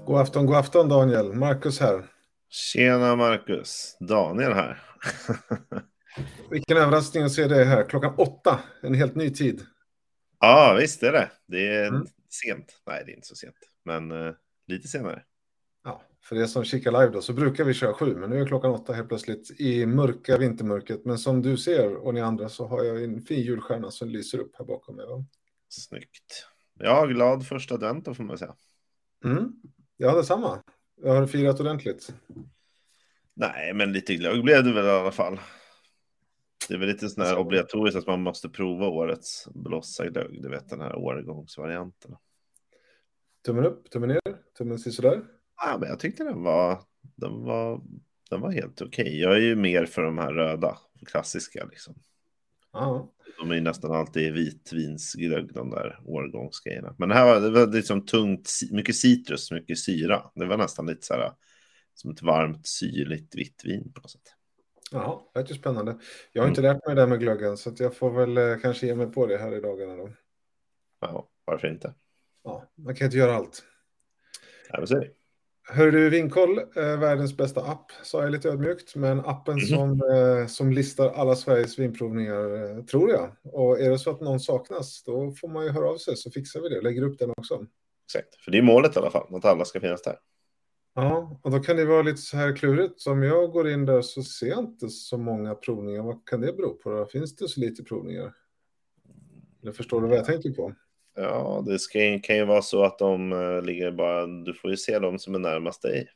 God afton Daniel. Marcus här. Tjena Marcus, Daniel här. Vilken överraskning att se dig här. Klockan 8, en helt ny tid. Ja, visst är det. Det är Mm. sent. Nej, det är inte så sent. Men lite senare. Ja, för er som kikar live då så brukar vi köra 7, men nu är klockan 8 helt plötsligt i mörka vintermörkret. Men som du ser och ni andra så har jag en fin julstjärna som lyser upp här bakom mig. Va? Snyggt. Ja, glad första advent då får man säga. Mm. Ja, detsamma. Jag har firat ordentligt. Nej, men lite glögg blev det väl i alla fall. Det är väl lite sån här obligatoriskt att man måste prova årets blossa glögg. Du vet den här årgångsvarianten. Tummen upp, tummen ner, tummen sådär. Ja, men jag tyckte den var helt okej. Jag är ju mer för de här röda, klassiska liksom. Ja. De är ju nästan alltid vitvinsglögg, de där årgångsgrejerna. Men det var liksom tungt, mycket citrus, mycket syra. Det var nästan lite så här som ett varmt, syrligt vitt vin på något sätt. Ja, det är ju spännande. Jag har inte lärt mig det där med glöggen så att jag får väl kanske ge mig på det här i dagarna då. Ja, varför inte? Ja, man kan inte göra allt. Ja, men så är det. Hör du, Vinkoll, världens bästa app, sa jag lite ödmjukt, men appen som listar alla Sveriges vinprovningar, tror jag. Och är det så att någon saknas, då får man ju höra av sig så fixar vi det. Lägger upp den också. Exakt, för det är målet i alla fall, att alla ska finnas där. Ja, och då kan det vara lite så här klurigt. Om jag går in där så ser jag inte så många provningar. Vad kan det bero på då? Finns det så lite provningar? Eller förstår du vad jag tänker på? Ja, kan ju vara så att de ligger bara, du får ju se dem som är närmast dig.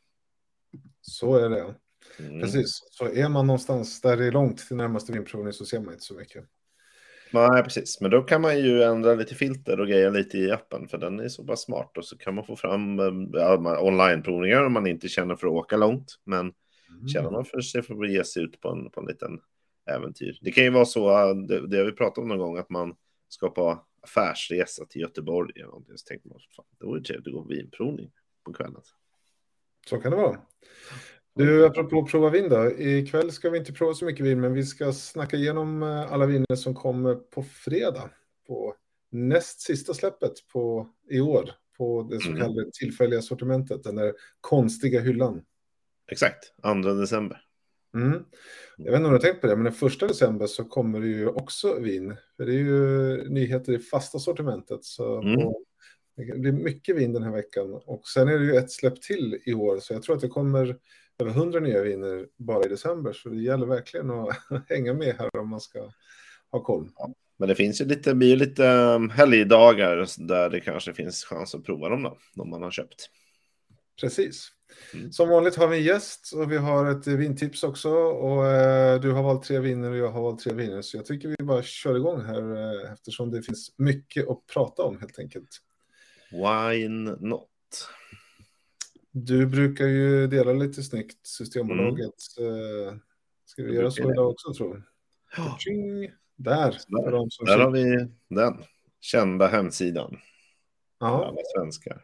Så är det. Precis. Så är man någonstans där det är långt till närmaste vinprovning så ser man inte så mycket. Nej, precis. Men då kan man ju ändra lite filter och grejer lite i appen. För den är så pass smart. Och så kan man få fram online-provningar om man inte känner för att åka långt. Men känner man för sig för att ge sig ut på en liten äventyr. Det kan ju vara så, det har vi pratat om någon gång, att man ska på affärsresa till Göteborg. Eller någonting. Så tänker man, fan, det vore trevligt att gå på vinprovning på kvällen. Så kan det vara. Du, apropå prova vin då. Ikväll ska vi inte prova så mycket vin, men vi ska snacka igenom alla viner som kommer på fredag. På näst sista släppet i år. På det så kallade tillfälliga sortimentet. Den där konstiga hyllan. Exakt, 2 december. Jag vet inte om du har tänkt på det, men den 1 december så kommer det ju också vin. För det är ju nyheter i fasta sortimentet. Så det blir mycket vin den här veckan. Och sen är det ju ett släpp till i år. Så jag tror att det kommer över 100 nya viner bara i december. Så det gäller verkligen att hänga med här om man ska ha koll. Ja, men det finns ju lite helgdagar där det kanske finns chans att prova dem då, de man har köpt. Precis. Som vanligt har vi en gäst och vi har ett vintips också. Och du har valt 3 viner och jag har valt 3 viner. Så jag tycker vi bara kör igång här eftersom det finns mycket att prata om helt enkelt. Wine not. Du brukar ju dela lite snyggt Systembolaget. Ska vi göra så idag också, tror jag? Ja. Där har vi den kända hemsidan. Ja. Alla svenskar.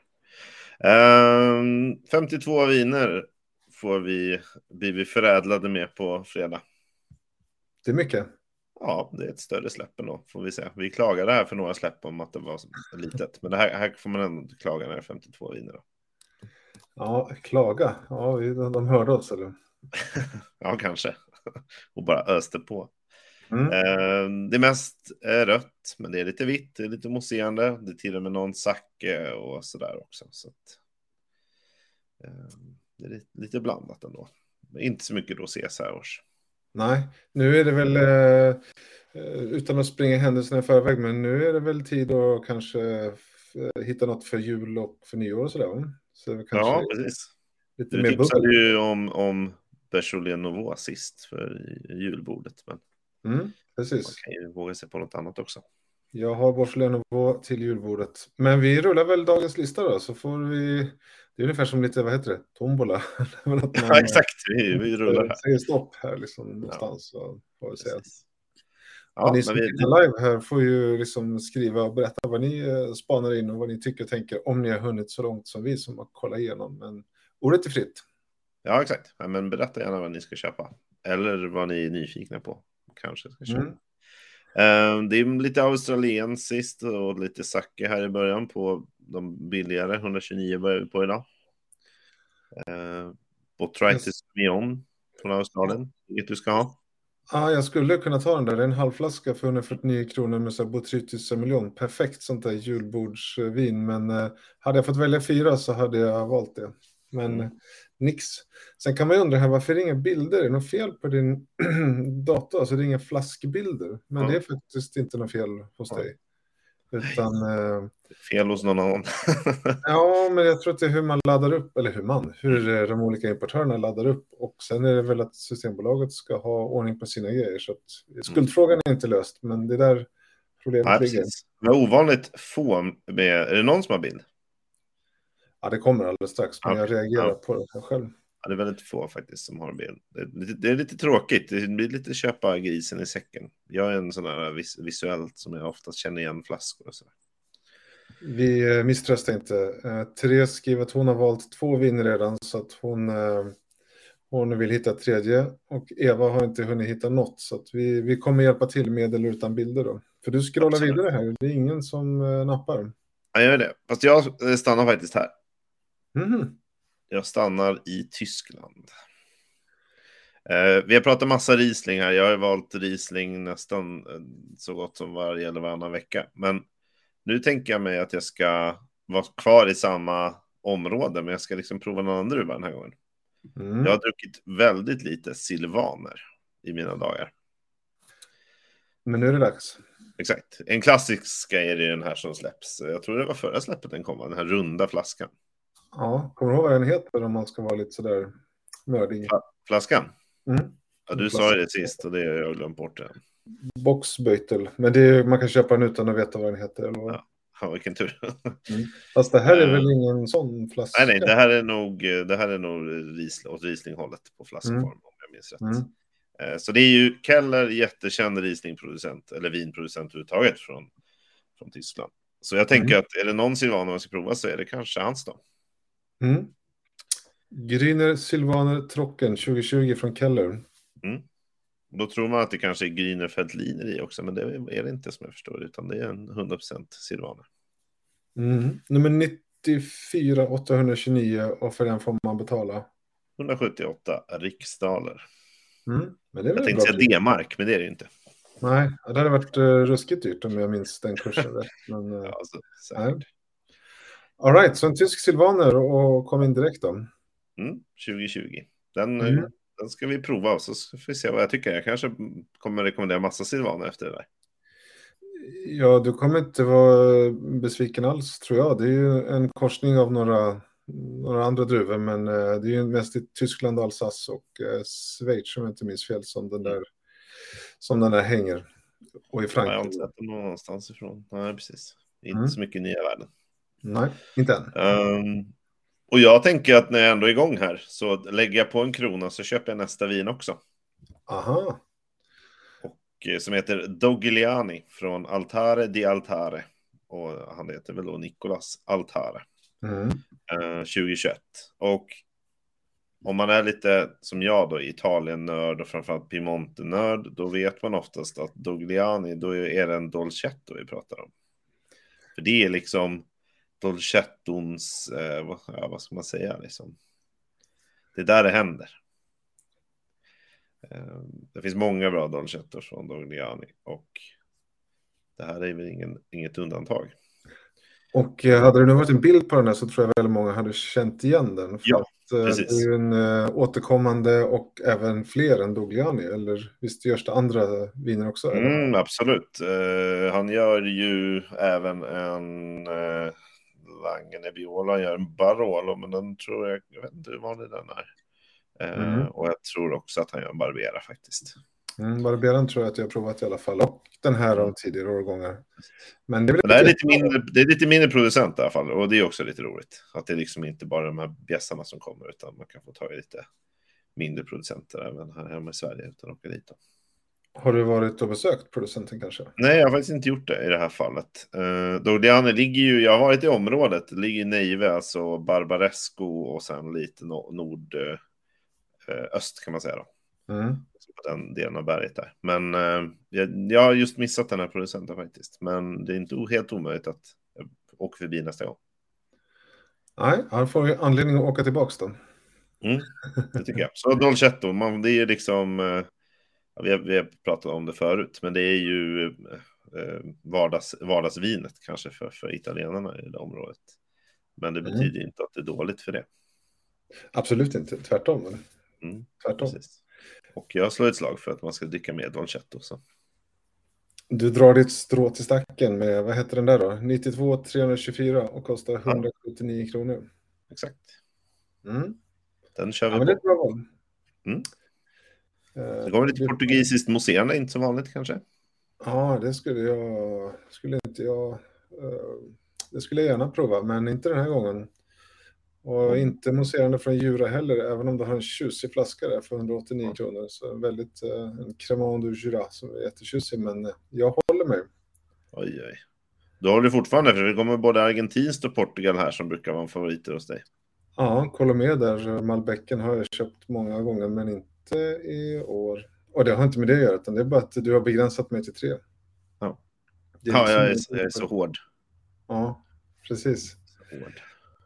52 viner blir vi förädlade med på fredag. Det är mycket. Ja, det är ett större släpp ändå, får vi se. Vi klagade här för några släpp om att det var litet. Men det här får man ändå klaga när det är 52 viner då. Ja, klaga. Ja, de hörde oss, eller? Ja, kanske. Och bara öste på. Det mest är rött, men det är lite vitt, det är lite mousserande. Det är till och med någon sake och sådär också. Så att, det är lite blandat ändå. Inte så mycket rosé så här års. Nej, nu är det väl, utan att springa händelserna i förväg, men nu är det väl tid att kanske hitta något för jul och för nyår och sådär. Så det kanske ja, precis. Lite Du mer tipsade ju om Beaujolais Nouveau sist för julbordet. Men precis. man kan ju våga sig på något annat också. Jag har Beaujolais Nouveau till julbordet. Men vi rullar väl dagens lista då, så får vi... Det är ungefär som lite, vad heter det? Tombola. Ja, exakt. Vi rullar här. Säger stopp här liksom någonstans. Så får vi säga. Ja, och ni som är live här får ju liksom skriva och berätta vad ni spanar in och vad ni tycker och tänker om ni har hunnit så långt som vi som har kollat igenom. Men ordet är fritt. Ja, exakt. Ja, men berätta gärna vad ni ska köpa. Eller vad ni är nyfikna på. Kanske ska köpa. Det är lite australiensiskt och lite sake här i början på de billigare. 129 börjar vi på idag. Botrytis Mion från Australien. Vilket du ska ha? Ja, jag skulle kunna ta den där. Det är en halvflaska för 149 kronor med så här Botrytis Semillon. Perfekt sånt där julbordsvin. Men hade jag fått välja 4 så hade jag valt det. Men nix. Sen kan man ju undra här, varför är det inga bilder? Är det något fel på din dator? Alltså det är inga flaskbilder. Men det är faktiskt inte något fel hos dig. Utan... fel hos någon annan. Ja, men jag tror att det är hur man laddar upp, eller hur de olika importörerna laddar upp. Och sen är det väl att Systembolaget ska ha ordning på sina grejer. Så att skuldfrågan är inte löst, men det där problemet ligger. Det är ovanligt få med, är det någon som har bild? Ja, det kommer alldeles strax, men jag reagerar på det här själv. Ja, det är väldigt få faktiskt som har bild. Det är lite tråkigt, det blir lite köpa grisen i säcken. Jag är en sån där visuellt som jag oftast känner igen flaskor och så. Vi misströstar inte. Therese skriver att hon har valt 2 viner redan, så att hon vill hitta 3:e. Och Eva har inte hunnit hitta något, så att vi kommer hjälpa till med eller utan bilder då. För du scrollar vidare här, det är ingen som nappar. Jag gör det, fast jag stannar faktiskt här. Mm. Jag stannar i Tyskland. Vi har pratat massa Riesling här. Jag har valt Riesling nästan så gott som varannan vecka. Men nu tänker jag mig att jag ska vara kvar i samma område, men jag ska liksom prova någon annan druva den här gången. Jag har druckit väldigt lite silvaner i mina dagar. Men nu är det dags. Exakt. En klassisk är det den här som släpps. Jag tror det var förra släppet den kom, den här runda flaskan. Ja, kommer du ihåg vad den heter om man ska vara lite sådär nördig? Flaskan? Ja, du sa det sist och det har jag glömt bort. Boxbeutel. Men man kan köpa den utan att veta vad den heter. Eller vad? Ja, vilken tur. Fast det här är väl ingen sån flaska? Nej, det här är nog åt Riesling-hållet på flaskform om jag minns rätt. Så det är ju Keller, jättekänd Riesling-producent eller vinproducent överhuvudtaget från Tyskland. Så jag tänker att är det någon Silvaner man ska prova så är det kanske hans då. Grüner Silvaner Trocken 2020 från Keller. Då tror man att det kanske är Grüner Veltliner i också, men det är det inte som jag förstår, utan det är en 100% Silvaner. Nummer 94 829 och för den får man betala 178 riksdaler. Men det är väl jag tänkte säga D-mark, men det är det inte. Nej, det hade varit ruskigt dyrt om jag minns den kursen rätt. Men, ja, säkert. All right, så en tysk Silvaner och kom in direkt då. 2020. Den ska vi prova och så ska vi se vad jag tycker. Jag kanske kommer rekommendera massa Silvaner efter det där. Ja, du kommer inte vara besviken alls tror jag. Det är ju en korsning av några andra druvor, men det är ju mest i Tyskland, Alsace och Schweiz, om jag inte minns fel, som den där hänger. Och i Frankrike. Jag har inte sett den någonstans ifrån. Nej, precis. Inte så mycket nya världen. Nej, inte än. Och jag tänker att när jag ändå är igång här så lägger jag på en krona så köper jag nästa vin också. Aha. Och som heter Dogliani från Altare di Altare. Och han heter väl då Nicolas Altare. 2021. Och om man är lite som jag då, Italien-nörd och framförallt Piemonte-nörd, då vet man oftast att Dogliani, då är det en Dolcetto vi pratar om. För det är liksom Dolcettons, vad ska man säga liksom. Det är där det händer. Det finns många bra Dolcettos från Dogliani och det här är väl inget undantag. Och hade det nu varit en bild på den här så tror jag väldigt många hade känt igen den. För precis. Det är ju en återkommande och även fler än Dogliani, eller visst görs det andra viner också? Absolut. Han gör ju även en Lange Nebbiolo, gör en Barolo, men den tror jag vet inte hur vanlig den är. Och jag tror också att han gör en Barbera faktiskt. Barberan tror jag att jag har provat i alla fall, och den här av tidigare årgångar. Men det är lite mindre producent i alla fall, och det är också lite roligt. Att det är liksom inte bara de här bjässarna som kommer, utan man kan få ta lite mindre producenter även här hemma i Sverige utan att åka dit. Har du varit och besökt producenten kanske? Nej, jag har faktiskt inte gjort det i det här fallet. Dogliani ligger ju, jag har varit i området, det ligger i Neive, alltså Barbaresco och sen lite nordöst kan man säga då. På den delen av berget där. Men jag har just missat den här producenten faktiskt. Men det är inte helt omöjligt att jag åker förbi nästa gång. Nej, han får ju anledning att åka tillbaka då. Det tycker jag. Så Dolcetto, det är ju liksom, vi har pratat om det förut, men det är ju vardagsvinet kanske för italienarna i det området. Men det betyder inte att det är dåligt för det. Absolut inte, tvärtom. Tvärtom. Precis. Och jag slår ett slag för att man ska dricka med Dolcetto. Så. Du drar ditt strå till stacken med, vad heter den där då? 92 324 och kostar 179 kronor. Exakt. Den kör vi på. Men det är ett bra val. Det kommer lite portugisiskt mousserande, inte så vanligt kanske. Ja, det skulle jag gärna prova, men inte den här gången. Och inte mousserande från Jura heller, även om det har en tjusig flaska där för 189 kronor. Så väldigt en Cremant du Jura som är jättetjusig, men jag håller mig. Oj. Då har du fortfarande, för det kommer både argentinskt och Portugal här som brukar vara favoriter hos dig. Ja, Colomé där, Malbecken har jag köpt många gånger, men inte i år. Och det har inte med det att göra, utan det är bara att du har begränsat mig till 3. Ja, jag är så hård. Ja, precis. Så hård.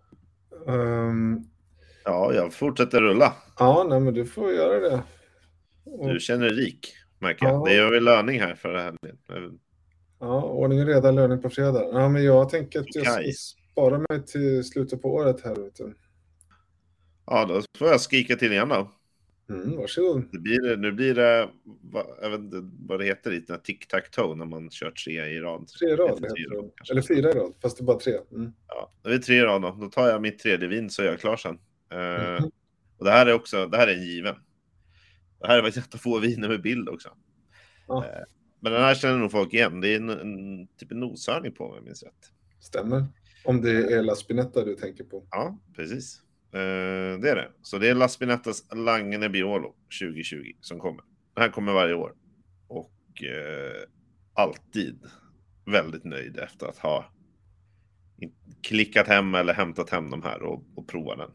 Ja, jag fortsätter rulla. Ja, nej, men du får göra det. Du känner dig rik, märker jag. Det är väl löning här för det här. Ja, ordning och reda, löning på fredag. Ja, men jag tänker att jag ska spara mig till slutet på året här. Vet du. Ja, då får jag skrika till igen då. Varsågod. Nu blir det, jag vet inte vad det heter, lite tic-tac-toe när man kör 3 i rad. 3 i rad, eller 4 i rad, fast det är bara 3. Ja, det är 3 i rad då. Då tar jag mitt tredje vin så är jag klar sen. Och det här är en given. Det här är faktiskt att få viner med bild också. Men den här känner nog folk igen. Det är typ en noshörning på mig, minns rätt. Stämmer. Om det är La Spinetta du tänker på. Ja, precis. Det är det. Så det är La Spinettas Langhe Nebbiolo 2020 som kommer. Den här kommer varje år. Och alltid väldigt nöjd efter att ha klickat hem eller hämtat hem de här och provat den.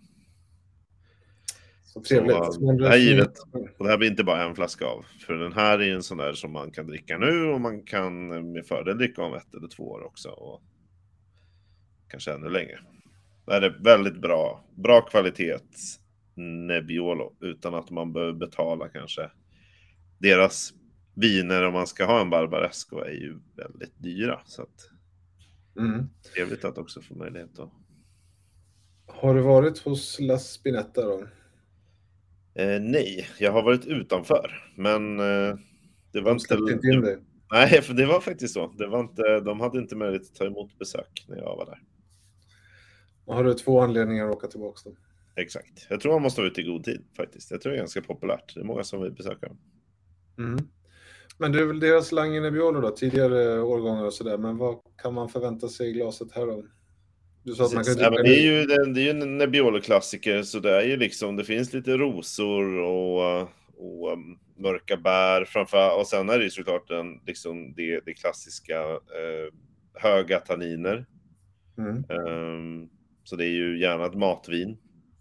Så trevligt. Det här givet. Och det här blir inte bara en flaska av. För den här är en sån där som man kan dricka nu och man kan med fördel dricka om 1 eller 2 år också. Och kanske ännu längre. Det här är väldigt bra kvalitet Nebbiolo utan att man behöver betala kanske. Deras viner om man ska ha en Barbaresco är ju väldigt dyra. Så att trevligt att också få möjlighet att... Har du varit hos La Spinetta då? Nej, jag har varit utanför. Men det var inte... in dig. Nej, för det var faktiskt så. De hade inte möjlighet att ta emot besök när jag var där. Har du 2 anledningar att åka tillbaka då? Exakt. Jag tror man måste vara ute i god tid faktiskt. Jag tror det är ganska populärt. Det är många som vill besöka dem. Men det är väl deras Langhe Nebbiolo då, tidigare årgångar och sådär. Men vad kan man förvänta sig i glaset här då? Du sa att man kan men det är ju en Nebbiolo-klassiker, så det är ju liksom, det finns lite rosor och mörka bär framför, och sen är det ju såklart det klassiska höga tanniner. Så det är ju gärna ett matvin.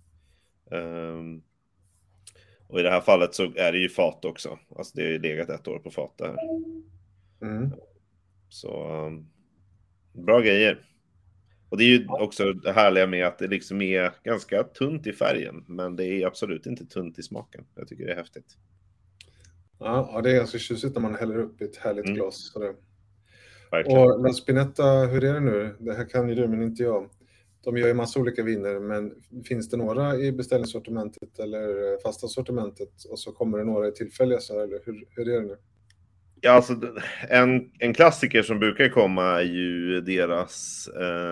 Och i det här fallet så är det ju fat också. Alltså det är ju legat 1 år på fat där. Så bra grejer. Och det är ju också det härliga med att det liksom är ganska tunt i färgen. Men det är absolut inte tunt i smaken. Jag tycker det är häftigt. Ja, det är ganska tjusigt när man häller upp i ett härligt glas. Sådär. Verkligen. Och La Spinetta, hur är det nu? Det här kan ju du, men inte jag. De gör ju massa olika viner, men finns det några i beställningssortimentet eller fasta sortimentet och så kommer det några i tillfälliga så här, eller hur är det nu? Ja, alltså en klassiker som brukar komma är ju deras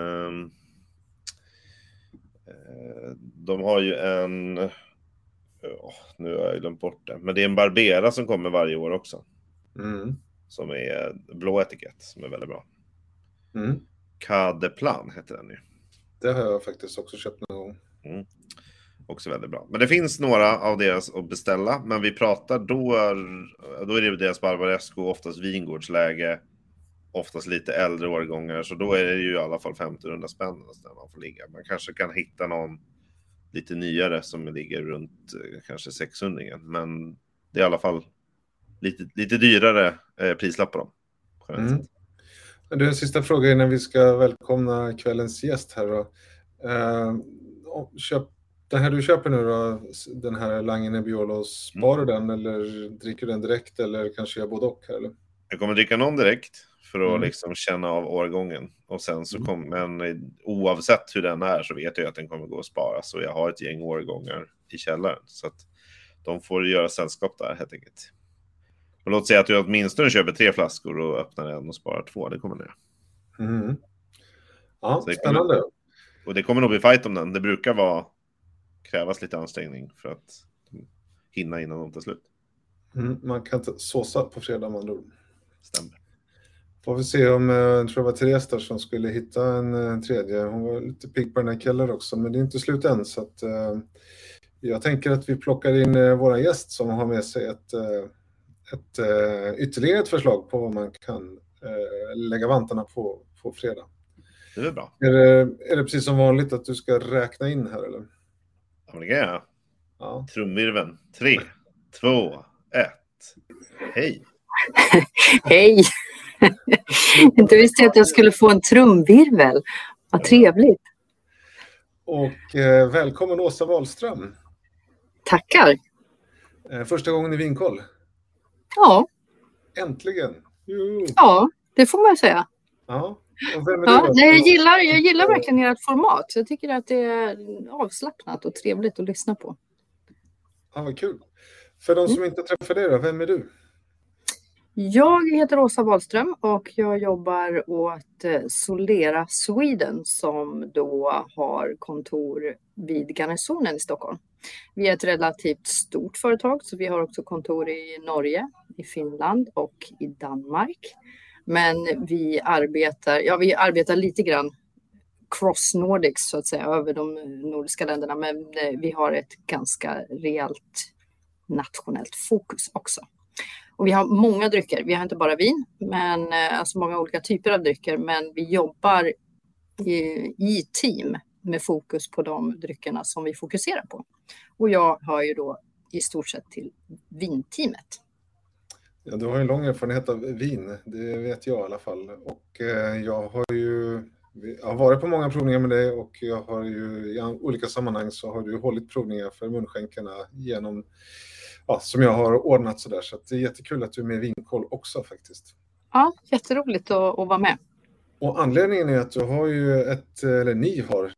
de har ju en nu har jag glömt bort det, men det är en Barbera som kommer varje år också. Som är blå etikett som är väldigt bra. Cadeplan heter den ju. Det har jag faktiskt också köpt någon gång. Också väldigt bra. Men det finns några av deras att beställa. Men vi pratar då är det deras Barbaresco, oftast vingårdsläge. Oftast lite äldre årgångar. Så då är det ju i alla fall 1500 spänn där man får ligga. Man kanske kan hitta någon lite nyare som ligger runt kanske 600. Men det är i alla fall lite dyrare prislapp på dem. Du, en sista fråga innan vi ska välkomna kvällens gäst här då. Köpte Den här du köper nu då, den här Lange Nebbiolo, sparar du den eller dricker du den direkt eller kanske gör både och här, eller? Jag kommer dricka någon direkt för att liksom känna av årgången. Och sen så men oavsett hur den är så vet jag att den kommer gå att spara. Så jag har ett gäng årgångar i källaren. Så att de får göra sällskap där helt enkelt. Och låt säga att du åtminstone köper 3 flaskor och öppnar en och sparar 2. Det kommer det. Ja, spännande. Och det kommer nog bli fight om den. Det brukar krävas lite ansträngning för att hinna innan de tar slut. Man kan inte såsa på fredag med andra ord. Stämmer. Får vi se om, jag tror det var Therese där som skulle hitta en tredje. Hon var lite pigg på den här Keller också, men det är inte slut än. Så att, jag tänker att vi plockar in våra gäst som har med sig ytterligare ett förslag på vad man kan lägga vantarna på fredag. Det är bra. Är det precis som vanligt att du ska räkna in här, eller? Ja, men det kan jag. Ja. Trumvirveln. 3, 2, 1. Hej! Hej! Inte visste jag att jag skulle få en trumvirvel. Vad trevligt. Och välkommen Åsa Wahlström. Tackar. Första gången i Vinkoll. Ja. Äntligen. Ja, det får man säga. Ja. Och vem är du? Nej, jag gillar verkligen ert format. Jag tycker att det är avslappnat och trevligt att lyssna på. Ja, vad kul. För de som inte träffar dig då, vem är du? Jag heter Åsa Wahlström och jag jobbar åt Solera Sweden som då har kontor vid Garnisonen i Stockholm. Vi är ett relativt stort företag så vi har också kontor i Norge, i Finland och i Danmark. Men vi arbetar lite grann cross Nordics så att säga över de nordiska länderna, men vi har ett ganska rejält nationellt fokus också. Och vi har många drycker. Vi har inte bara vin, men alltså många olika typer av drycker. Men vi jobbar i team med fokus på de dryckerna som vi fokuserar på. Och jag hör ju då i stort sett till vinteamet. Ja, du har en lång erfarenhet av vin, det vet jag i alla fall. Och jag har varit på många provningar med dig och jag har ju i olika sammanhang så har du hållit provningar för munskänkarna genom som jag har ordnat sådär. Så att det är jättekul att du är med i Vinkoll också faktiskt. Ja, jätteroligt att vara med. Och anledningen är att du har ju ni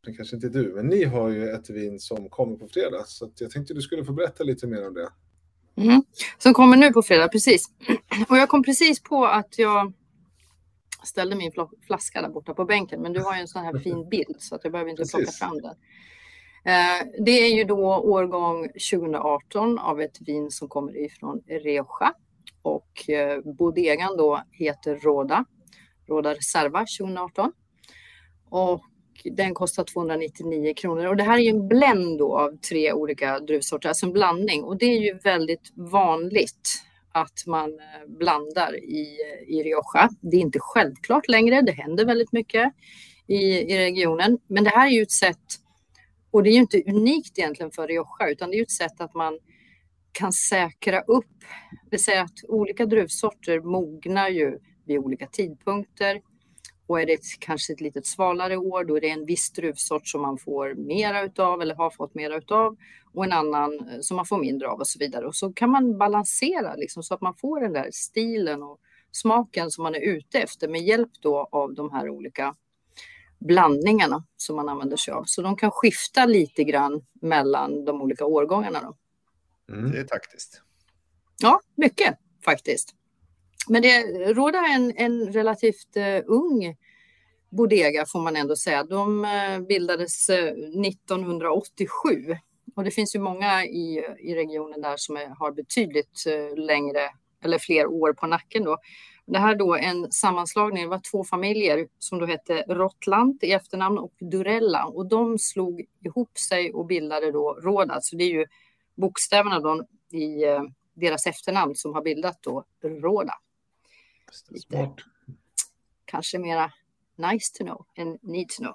har ju ett vin som kommer på fredag. Så att jag tänkte du skulle få berätta lite mer om det. Som kommer nu på fredag, precis. Och jag kom precis på att jag ställde min flaska där borta på bänken. Men du har ju en sån här fin bild så att jag behöver inte plocka fram den. Det är ju då årgång 2018 av ett vin som kommer ifrån Rioja. Och bodegan då heter Roda Reserva 2018. Och den kostar 299 kronor. Och det här är ju en blend då av 3 olika druvsorter, alltså en blandning. Och det är ju väldigt vanligt att man blandar i Rioja. Det är inte självklart längre, det händer väldigt mycket i regionen. Men det här är ju ett sätt, och det är ju inte unikt egentligen för Rioja, utan det är ju ett sätt att man kan säkra upp. Det vill säga att olika druvsorter mognar ju vid olika tidpunkter. Och är det kanske ett lite svalare år, då är det en viss druvsort som man får mera utav eller har fått mera utav. Och en annan som man får mindre av och så vidare. Och så kan man balansera liksom, så att man får den där stilen och smaken som man är ute efter med hjälp då av de här olika blandningarna som man använder sig av. Så de kan skifta lite grann mellan de olika årgångarna då. Det är taktiskt. Ja, mycket faktiskt. Men det råder en relativt ung bodega får man ändå säga. De bildades 1987 och det finns ju många i regionen där som har betydligt längre eller fler år på nacken då. Det här då en sammanslagning, det var 2 familjer som då hette Rottland i efternamn och Durella och de slog ihop sig och bildade då Roda. Så det är ju bokstäverna då i deras efternamn som har bildat då Roda. Smart. Kanske mera nice to know än need to know.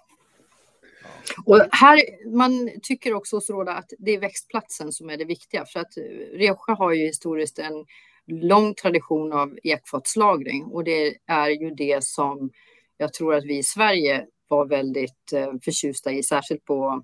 Och här, man tycker också hos Roda att det är växtplatsen som är det viktiga. För att Rioja har ju historiskt en lång tradition av ekfatslagring. Och det är ju det som jag tror att vi i Sverige var väldigt förtjusta i. Särskilt på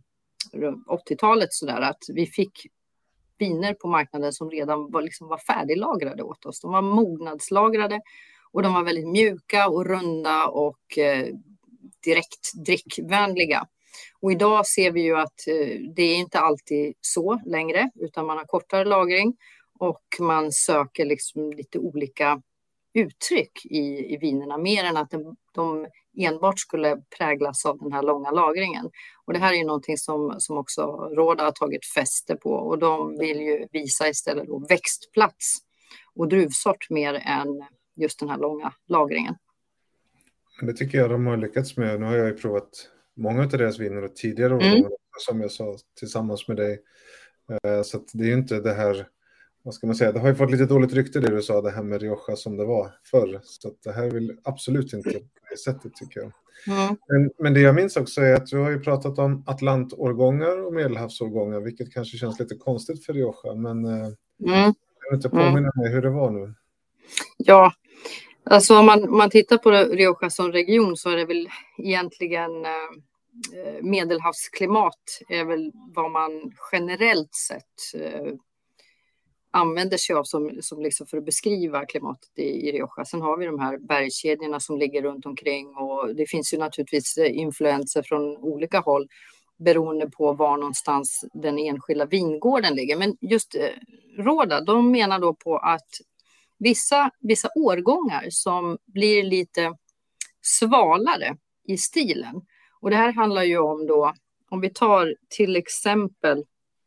80-talet sådär, att vi fick viner på marknaden som redan var färdiglagrade åt oss. De var mognadslagrade och de var väldigt mjuka och runda och direkt drickvänliga. Och idag ser vi ju att det är inte alltid så längre, utan man har kortare lagring och man söker liksom lite olika uttryck i vinerna, mer än att de enbart skulle präglas av den här långa lagringen. Och det här är ju någonting som också Råda har tagit fäste på, och de vill ju visa istället då växtplats och druvsort mer än just den här långa lagringen. Det tycker jag de har lyckats med. Nu har jag ju provat många av deras viner och tidigare årgångar, som jag sa, tillsammans med dig. Så att det är ju inte det här, vad ska man säga, det har ju fått lite dåligt rykte det du sa, det här med Rioja som det var förr. Så att det här vill absolut inte på det sättet, tycker jag. Men det jag minns också är att du har ju pratat om Atlantårgångar och Medelhavsårgångar, vilket kanske känns lite konstigt för Rioja, men jag vill inte påminna mig hur det var nu. Ja, alltså om man tittar på Rioja som region, så är det väl egentligen medelhavsklimat är väl vad man generellt sett använder sig av som liksom för att beskriva klimatet i Rioja. Sen har vi de här bergskedjorna som ligger runt omkring, och det finns ju naturligtvis influenser från olika håll beroende på var någonstans den enskilda vingården ligger. Men just Råda, de menar då på att vissa årgångar som blir lite svalare i stilen. Och det här handlar ju om då, om vi tar till exempel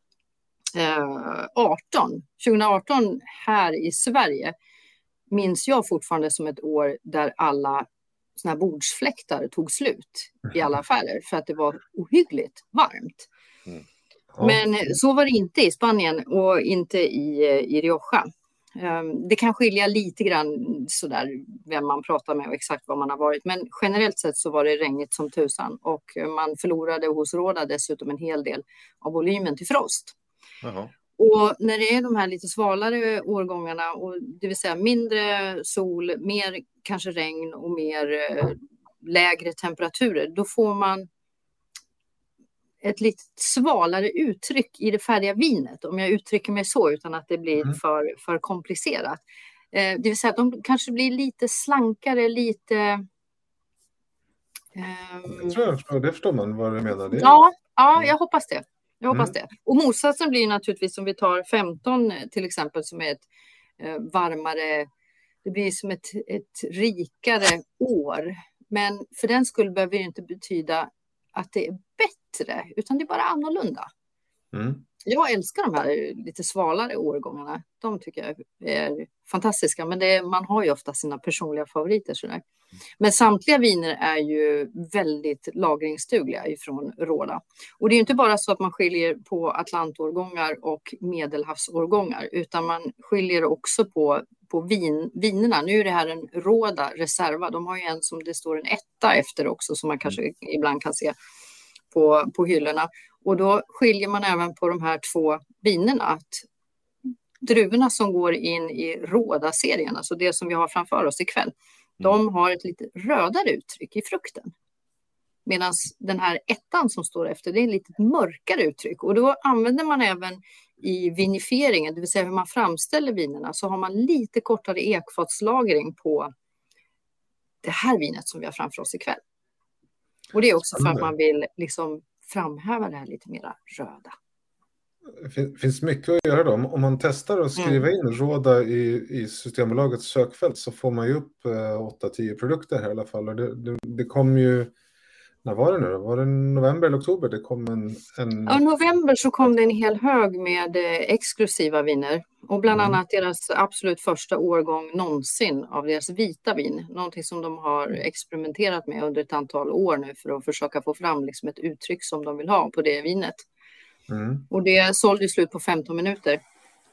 2018 här i Sverige, minns jag fortfarande som ett år där alla såna här bordsfläktar tog slut i alla affärer för att det var ohyggligt varmt. Men så var det inte i Spanien och inte i Rioja. Det kan skilja lite grann sådär vem man pratar med och exakt var man har varit. Men generellt sett så var det regnigt som tusan, och man förlorade hos Råda dessutom en hel del av volymen till frost. Och när det är de här lite svalare årgångarna, och det vill säga mindre sol, mer kanske regn och mer lägre temperaturer, då får man ett lite svalare uttryck i det färdiga vinet, om jag uttrycker mig så utan att det blir för komplicerat. Det vill säga att de kanske blir lite slankare, lite... Jag tror det förstår man vad du menar. Ja, jag hoppas det. Och motsatsen blir naturligtvis, om vi tar 15 till exempel, som är ett varmare, det blir som ett rikare år. Men för den skull behöver det inte betyda att det är bättre, utan det är bara annorlunda. Jag älskar de här lite svalare årgångarna. De tycker jag är fantastiska, men man har ju ofta sina personliga favoriter. Sådär. Men samtliga viner är ju väldigt lagringsdugliga ifrån Råda. Och det är ju inte bara så att man skiljer på Atlantårgångar och Medelhavsårgångar, utan man skiljer också på vinerna. Nu är det här en Råda Reserva. De har ju en som det står en etta efter också, som man kanske ibland kan se på hyllorna. Och då skiljer man även på de här två vinerna, att druvorna som går in i Råda-serien, alltså det som vi har framför oss ikväll, de har ett lite rödare uttryck i frukten. Medan den här ettan som står efter, det är ett lite mörkare uttryck. Och då använder man även i vinifieringen, det vill säga hur man framställer vinerna, så har man lite kortare ekfatslagring på det här vinet som vi har framför oss ikväll. Och det är också för att man vill liksom framhäva det här lite mera röda. Det finns mycket att göra då. Om man testar att skriva in Råda i Systembolagets sökfält, så får man ju upp 8-10 produkter här i alla fall. Och det kom ju, när var det nu då? Var det november eller oktober? Det kom en... Ja, november så kom det en hel hög med exklusiva viner. Och bland annat deras absolut första årgång någonsin av deras vita vin. Någonting som de har experimenterat med under ett antal år nu för att försöka få fram liksom ett uttryck som de vill ha på det vinet. Och det sålde slut på 15 minuter.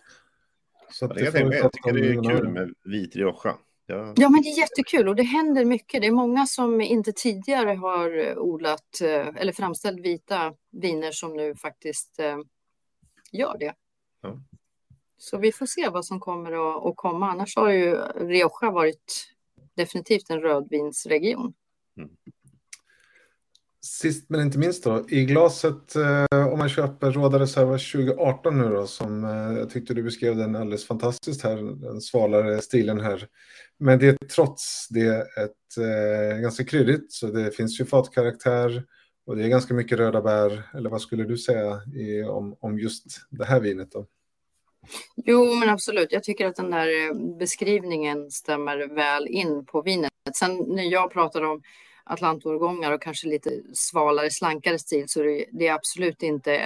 Så jag tycker det är kul med vit Rioja. Ja, men det är jättekul och det händer mycket. Det är många som inte tidigare har odlat eller framställt vita viner som nu faktiskt gör det. Ja. Så vi får se vad som kommer att komma. Annars har ju Rioja varit definitivt en rödvinsregion. Sist men inte minst då, i glaset, om man köper Råda Reserva 2018 nu då, som jag tyckte du beskrev den alldeles fantastiskt här, den svalare stilen här. Men det är trots det ett ganska kryddigt, så det finns ju fatkaraktär och det är ganska mycket röda bär, eller vad skulle du säga om just det här vinet då? Jo, men absolut. Jag tycker att den där beskrivningen stämmer väl in på vinet. Sen när jag pratar om Atlantårgångar och kanske lite svalare, slankare stil, så det är absolut inte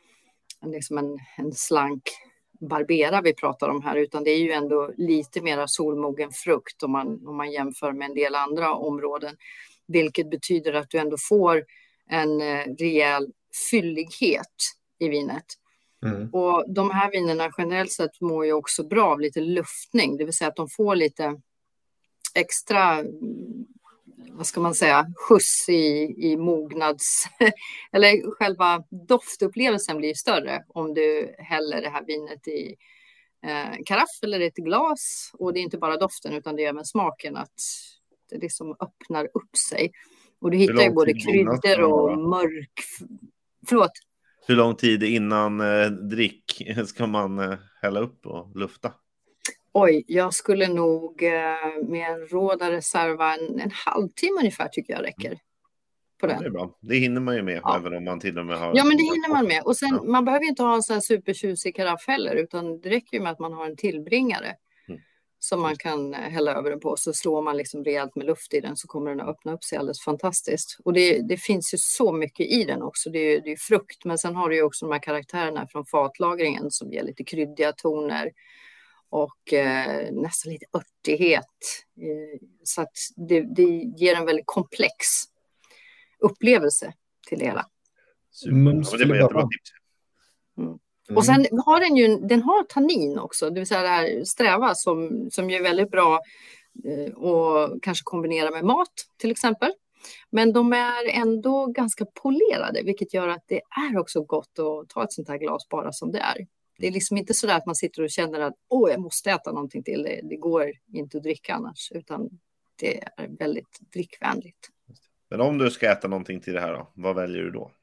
en slank Barbera vi pratar om här, utan det är ju ändå lite mera solmogen frukt om man jämför med en del andra områden, vilket betyder att du ändå får en rejäl fyllighet i vinet. Och de här vinerna generellt sett mår ju också bra av lite luftning, det vill säga att de får lite extra, vad ska man säga, skjuts i mognads eller själva doftupplevelsen blir större om du häller det här vinet i karaff eller ett glas. Och det är inte bara doften utan det är även smaken, att det liksom öppnar upp sig. Och du hittar ju både kryddor och mörk... Förlåt? Hur lång tid innan drick ska man hälla upp och lufta? Oj, jag skulle nog med en Råda Reserva en halvtimme ungefär tycker jag räcker på den. Det är bra. Det hinner man ju med, även om man till och med har... Ja, men det hinner man med. Och sen, man behöver inte ha en sån här supertjusig karaff heller, utan det räcker ju med att man har en tillbringare som man kan hälla över den på. Så slår man liksom rejält med luft i den så kommer den att öppna upp sig alldeles fantastiskt. Och det finns ju så mycket i den också. Det är frukt, men sen har du ju också de här karaktärerna från fatlagringen som ger lite kryddiga toner. Och nästan lite örtighet. Så att det ger en väldigt komplex upplevelse till det hela. Det var jättebra tips. Och sen har den har tannin också. Det vill säga det här sträva som är väldigt bra och kanske kombinera med mat till exempel. Men de är ändå ganska polerade, vilket gör att det är också gott att ta ett sånt här glas bara som det är. Det är liksom inte så där att man sitter och känner att jag måste äta någonting till. Det går inte att dricka annars, utan det är väldigt drickvänligt. Men om du ska äta någonting till det här då, vad väljer du då?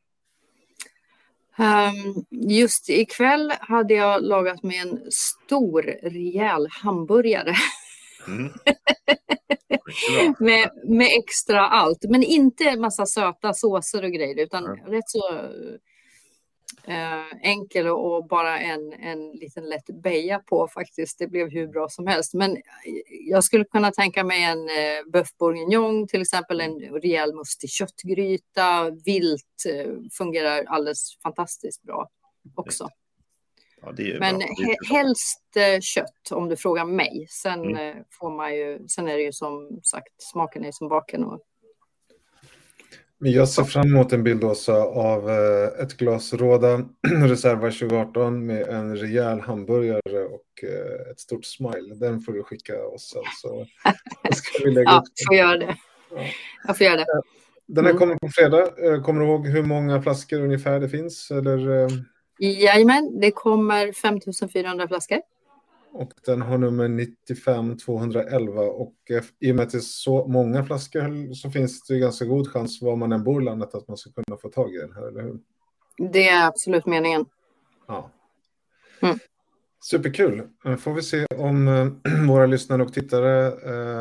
Just ikväll hade jag lagat med en stor, rejäl hamburgare. med extra allt. Men inte en massa söta såser och grejer, utan rätt så... enkel och bara en liten lätt beja på faktiskt. Det blev hur bra som helst. Men jag skulle kunna tänka mig en bœuf bourguignon till exempel, en rejäl mustig köttgryta. Vilt fungerar alldeles fantastiskt bra också. Ja, det är men bra. Helst kött om du frågar mig. Sen får man ju, sen är det ju som sagt, smaken är som baken och Men jag ser fram emot en bild också av ett glas Råda Reserva 2018 med en rejäl hamburgare och ett stort smile. Den får du skicka oss alltså. Ska vi lägga upp den. Får göra det. Ja. Jag får göra det. Den här kommer på fredag. Kommer du ihåg hur många flaskor ungefär det finns? Eller? Jajamän, det kommer 5400 flaskor. Och den har nummer 95211 och i och med att det är så många flaskor så finns det ganska god chans var man än bor i landet att man ska kunna få tag i den här, eller hur? Det är absolut meningen. Ja. Superkul. Får vi se om våra lyssnare och tittare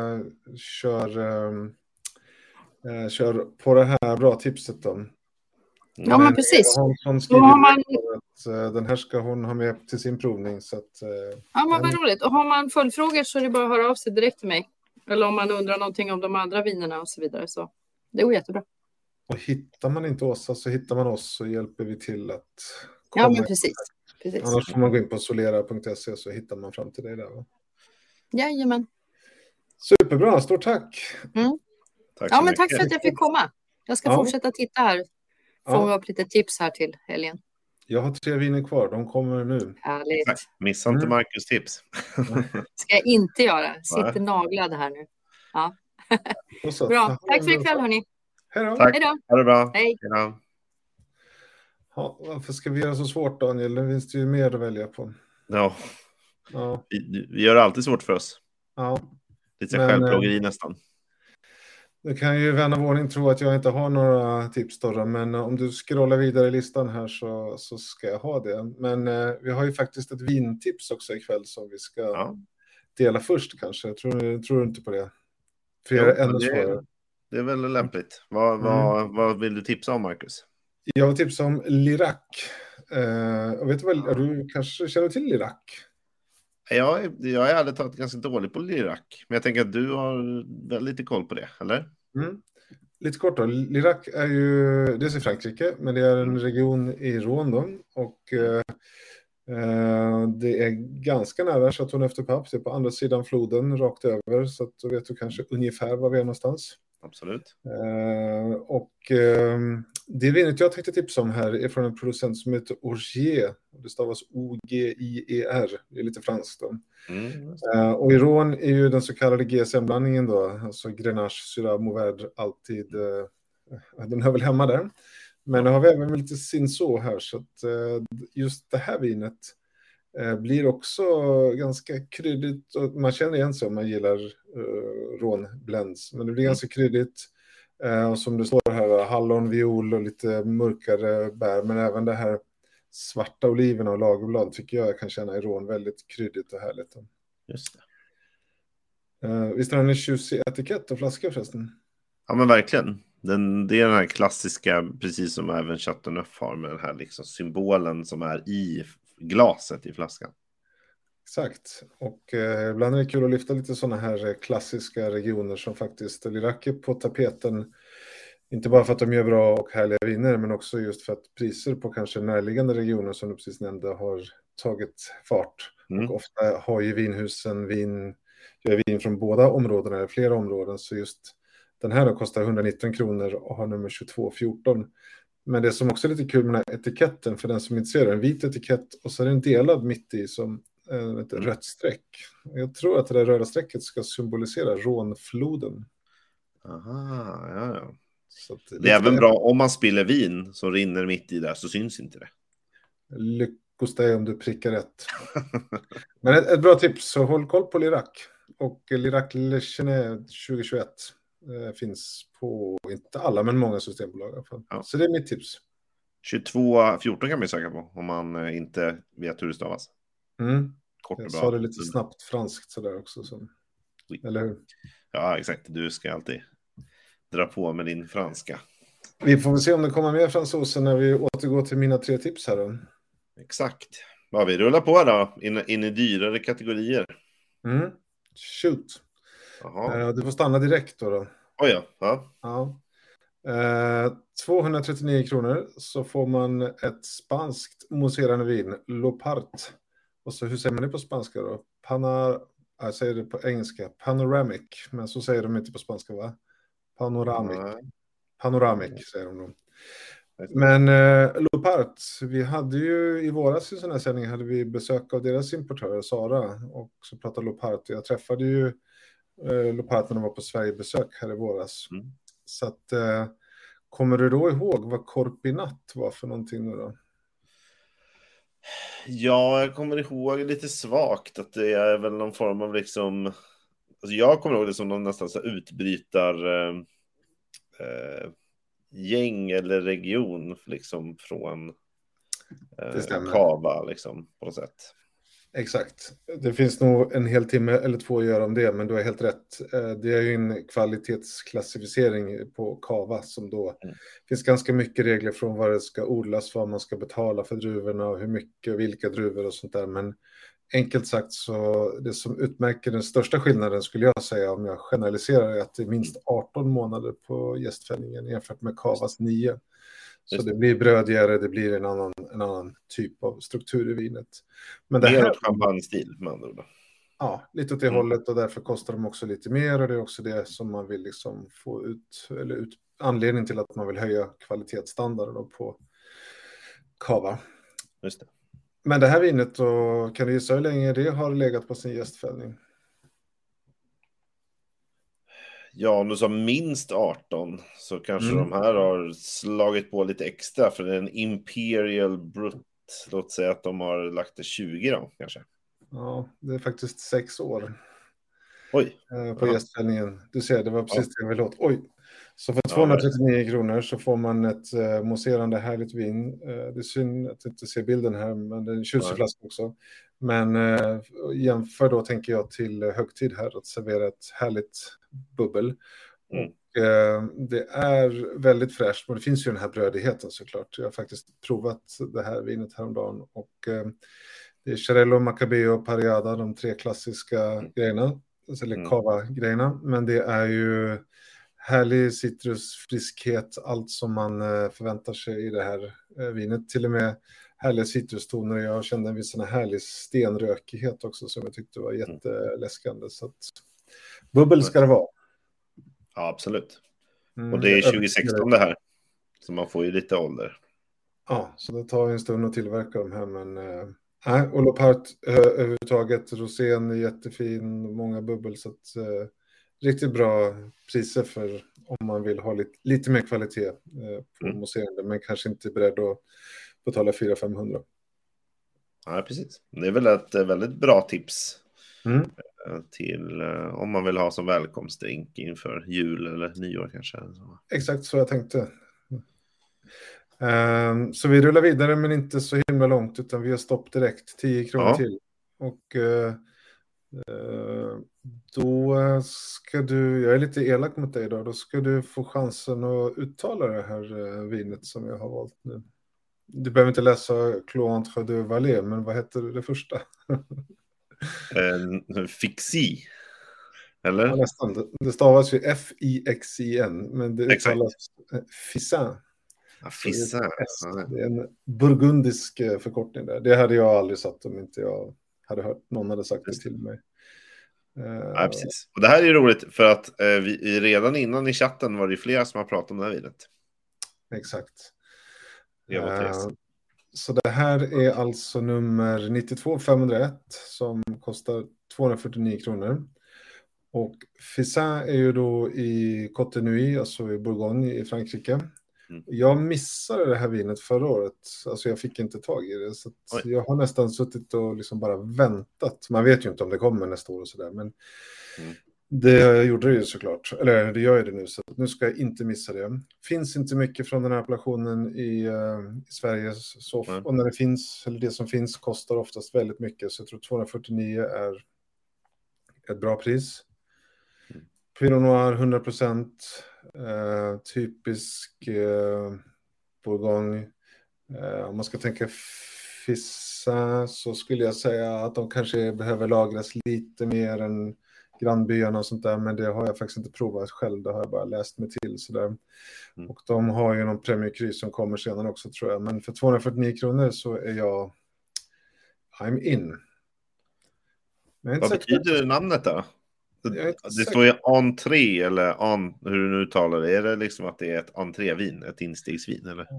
kör på det här bra tipset då. Ja, men precis. Hon skriver att den här ska hon ha med till sin provning. Så att, ja, men vad roligt. Och har man följdfrågor så är det bara att höra av sig direkt till mig. Eller om man undrar någonting om de andra vinerna och så vidare. Så det går jättebra. Och hittar man inte Åsa så hittar man oss så hjälper vi till att komma. Ja, men precis. Annars får man gå in på solera.se så hittar man fram till dig där. Va? Jajamän. Superbra, stort tack. Tack ja, men tack för att jag fick komma. Jag ska fortsätta titta här. Fånga upp lite tips här till helgen. Jag har 3 viner kvar, de kommer nu. Härligt. Tack. Missa inte Marcus tips. Ska jag inte göra. Sitter naglad här nu. Ja. Bra, tack för ikväll hörni. Hej då. Tack. Ha det bra. Hej. Hejdå. Ja, varför ska vi göra så svårt, Daniel? Det finns det ju mer att välja på. Ja. Vi gör det alltid svårt för oss. Ja. Lite självplågeri nästan. Nu kan ju vän av ordning tro att jag inte har några tips då, men om du scrollar vidare i listan här så ska jag ha det. Men vi har ju faktiskt ett vintips också ikväll som vi ska dela först kanske. Tror du inte på det? För det är ännu svårare. Det är väl lämpligt. Vad vill du tipsa om, Marcus? Jag vill tipsa om Lirac. Och vet du vad, du kanske känner till Lirac? Jag är ärligt talat ganska dålig på Lirac. Men jag tänker att du har väl lite koll på det, eller? Lite kort då. Lirac är ju dels i Frankrike, men det är en region i Rhône då. Och det är ganska nära Châteauneuf-du-Pape. Det är på andra sidan floden, rakt över. Så att då vet du kanske ungefär var vi är någonstans. Absolut. Det vinet jag tänkte tipsa om här är från en producent som heter Ogier. Det stavas O-G-I-E-R. Det är lite franskt då. Och i Rhône är ju den så kallade GSM-blandningen då, alltså Grenache, Syrah, Mourvèdre, alltid, den hör väl hemma där. Men nu har vi även lite Cinsault här, så att just det här vinet blir också ganska kryddigt, och man känner igen sig om man gillar Rhône blends, men det blir ganska kryddigt. Och som det står här, hallon, viol och lite mörkare bär, men även det här svarta oliverna och lagerblad tycker jag kan känna i Rhône väldigt kryddigt och härligt. Just det. Visst är den en tjusig etikett och flaska förresten? Ja, men verkligen. Det är den här klassiska, precis som även Châteauneuf har, med den här liksom symbolen som är i glaset i flaskan. Exakt, och ibland är det kul att lyfta lite sådana här klassiska regioner som faktiskt Lirac är på tapeten. Inte bara för att de gör bra och härliga viner, men också just för att priser på kanske närliggande regioner som du precis nämnde har tagit fart. Och ofta har ju vinhusen gör vin från båda områdena eller flera områden, så just den här då kostar 119 kronor och har nummer 2214. Men det som också är lite kul med den här etiketten, för den som inte ser det, en vit etikett och så är den delad mitt i som ett rött streck. Jag tror att det där röda strecket ska symbolisera Rhônefloden. Aha, ja. Så att det är även bra om man spiller vin som rinner mitt i där, så syns inte det. Lyckos dig om du prickar rätt. Men ett bra tips, så håll koll på Lirac. Och Lirac Le Chenet 2021 finns på, inte alla, men många systembolag i alla fall. Ja. Så det är mitt tips. 2214 kan man söka på om man inte vet hur det stavas. Kort och jag bra. Sa det lite snabbt franskt sådär också. Så. Eller hur? Ja, exakt. Du ska alltid dra på med din franska. Vi får väl se om det kommer mer fransoser när vi återgår till mina 3 tips här då. Exakt. Ja, vi rullar på då, in i dyrare kategorier. Shoot. Du får stanna direkt då. Oj, ja. 239 kronor så får man ett spanskt mousserande vin, Lopart. Och så hur säger man det på spanska då? Jag säger det på engelska, panoramic, men så säger de inte på spanska, va? Panoramic säger de då. Men Lopart, vi hade ju i våras i sån här sändning hade vi besök av deras importörer Sara, och så pratade Lopart. Jag träffade ju Lopart när de var på Sverigebesök här i våras. Så att kommer du då ihåg vad Corpinat var för någonting nu då? Ja, jag kommer ihåg lite svagt att det är väl någon form av liksom, alltså jag kommer ihåg det som någon nästan så utbrytar gäng eller region liksom från Cava liksom på något sätt. Exakt. Det finns nog en hel timme eller 2 att göra om det, men du har helt rätt. Det är ju en kvalitetsklassificering på Cava som då finns ganska mycket regler från vad det ska odlas, vad man ska betala för druvorna och hur mycket och vilka druvor och sånt där. Men enkelt sagt så det som utmärker den största skillnaden skulle jag säga om jag generaliserar är att det är minst 18 månader på jästfällningen jämfört med Cavas 9. Så det blir brödigare, det blir en annan typ av struktur i vinet. Men det här champagne-stil med andra ord. Ja, lite åt det hållet, och därför kostar de också lite mer, och det är också det som man vill liksom få ut anledning till att man vill höja kvalitetsstandarden på Cava. Just det. Men det här vinet då, kan du gissa hur länge det har legat på sin jästfällning? Ja, om du sa minst 18 så kanske de här har slagit på lite extra, för det är en Imperial Brut. Låt säga att de har lagt det 20 då, kanske. Ja, det är faktiskt 6 år. Oj. På jästfällningen. Du ser, det var precis det jag ville åt. Oj. Så för 239 kronor så får man ett mousserande härligt vin. Det är synd att jag inte ser bilden här, men det är en tjusig flaska också. Men jämför då, tänker jag, till högtid här att servera ett härligt bubbel. Och det är väldigt fräscht, men det finns ju den här brödigheten såklart. Jag har faktiskt provat det här vinet häromdagen och det är Xarello, Macabeo och Parellada, de 3 klassiska grejerna, eller cava-grejerna, men det är ju härlig citrusfriskhet, allt som man förväntar sig i det här vinet, till och med härliga citrustoner. Jag kände en viss sån här härlig stenrökighet också som jag tyckte var jätteläskande, så att bubbel ska det vara. Ja, absolut. Och det är 2016 det här. Så man får ju lite ålder. Ja, så det tar en stund att tillverka de här. Men och Lopart överhuvudtaget. Rosén är jättefin. Många bubbel. Så att, riktigt bra priser för om man vill ha lite mer kvalitet på mousserande. Men kanske inte är beredd att betala 400-500. Ja, precis. Det är väl ett väldigt bra tips. Till om man vill ha som välkomstdrink inför jul eller nyår kanske. Exakt så jag tänkte. Så vi rullar vidare, men inte så himla långt, utan vi har stopp direkt, 10 kronor till. Och då ska du, jag är lite elak mot dig idag, då ska du få chansen att uttala det här vinet som jag har valt nu. Du behöver inte läsa Clos entre deux vallées, men vad heter det första? Fixi. Eller? Ja, nästan. Det stavas ju F-I-X-I-N, men det uttalas Fissin. Fissin. Det är en burgundisk förkortning där. Det hade jag aldrig satt om inte jag hade hört någon hade sagt det till mig. Ja, precis. Och det här är ju roligt för att vi redan innan i chatten var det flera som har pratat om det här vinet. Exakt. Ja, så det här är alltså nummer 92501 som kostar 249 kronor. Och Fissin är ju då i Côte Nuit, alltså i Bourgogne i Frankrike. Jag missade det här vinet förra året. Alltså jag fick inte tag i det. Så jag har nästan suttit och liksom bara väntat. Man vet ju inte om det kommer nästa år och sådär. Men det gjorde det ju såklart. Eller det gör jag det nu. Så nu ska jag inte missa det. Finns inte mycket från den här appellationen i Sverige. Och när det finns, eller det som finns kostar oftast väldigt mycket. Så jag tror 249 är ett bra pris. Pinot Noir 100%. Typisk Bourgogne. Om man ska tänka Fissin så skulle jag säga att de kanske behöver lagras lite mer än grannbyarna och sånt där, men det har jag faktiskt inte provat själv, det har jag bara läst mig till sådär. Och de har ju någon Premier Cru som kommer senare också tror jag, men för 249 kronor så är I'm in. Vad betyder namnet då? Det står ju entré eller hur du nu talar det. Är det liksom att det är ett entrévin, ett instegsvin eller?